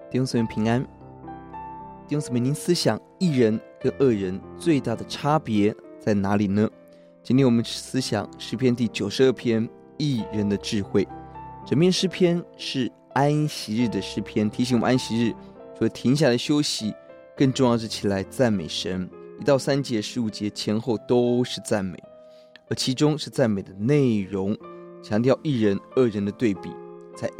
弟兄姊妹平安。弟兄姊妹，您思想义人跟恶人最大的差别在哪里呢？今天我们思想诗篇第92篇义人的智慧。整篇诗篇是安息日的诗篇，提醒我们安息日除了停下来休息，更重要是起来赞美神。1到3节、15节前后都是赞美，而其中是赞美的内容，强调义人恶人的对比，在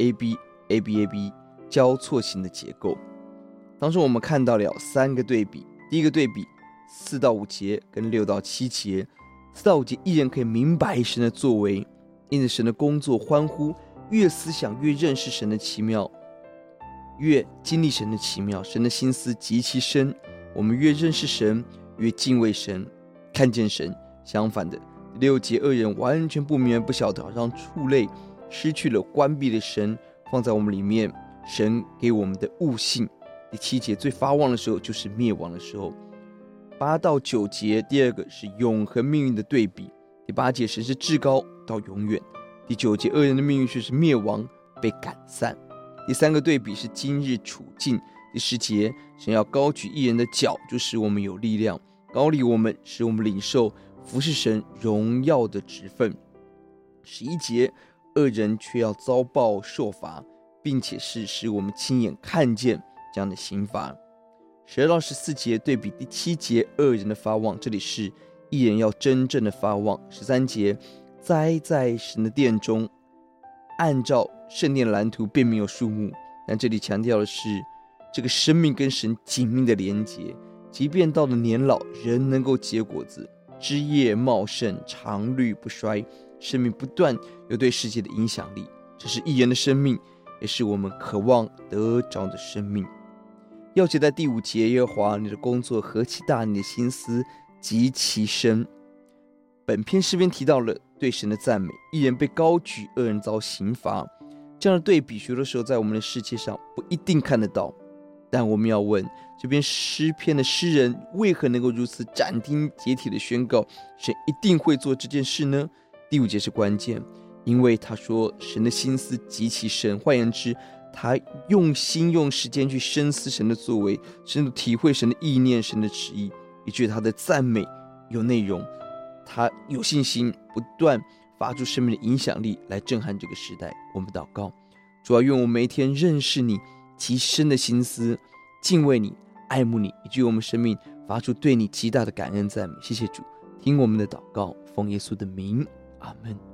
AB 交错型的结构当中，我们看到了3个对比。第一个对比4到5节跟6到7节。4到5节，义人可以明白神的作为，因着神的工作欢呼，越思想越认识神的奇妙，越经历神的奇妙，神的心思极其深，我们越认识神，越敬畏神，看见神。相反的，第6节，恶人完全不明白不晓得，好像畜类失去了关闭的神放在我们里面，神给我们的悟性。第7节，最发旺的时候就是灭亡的时候。8到9节，第二个是永恒命运的对比。第8节，神是至高到永远。第9节，恶人的命运却是灭亡，被赶散。第3个对比是今日处境。第10节，神要高举义人的脚，就使我们有力量，高立我们，使我们领受服侍神荣耀的职分。11节，恶人却要遭报受罚，并且是使我们亲眼看见这样的刑罚。12到14节对比第7节，恶人的发旺，这里是义人要真正的发旺。13节，栽在神的殿中，按照圣殿蓝图便没有树木，但这里强调的是这个生命跟神紧密的连结，即便到了年老，人能够结果子，枝叶茂盛，常绿不衰，生命不断有对世界的影响力。这是义人的生命，也是我们渴望得着的生命。要写在第5节，耶和华你的工作何其大，你的心思极其深。本篇诗篇提到了对神的赞美，义人被高举，恶人遭刑罚。这样的对比，许多时候在我们的世界上不一定看得到。但我们要问，这篇诗篇的诗人为何能够如此斩钉截铁地宣告神一定会做这件事呢？第5节是关键，因为他说神的心思极其深，换言之，他用心用时间去深思神的作为，深入体会神的意念，神的旨意，以致他的赞美有内容，他有信心，不断发出生命的影响力来震撼这个时代。我们祷告，主啊，愿我们每一天认识你极深的心思，敬畏你，爱慕你，以致我们生命发出对你极大的感恩赞美。谢谢主，听我们的祷告，奉耶稣的名，阿们。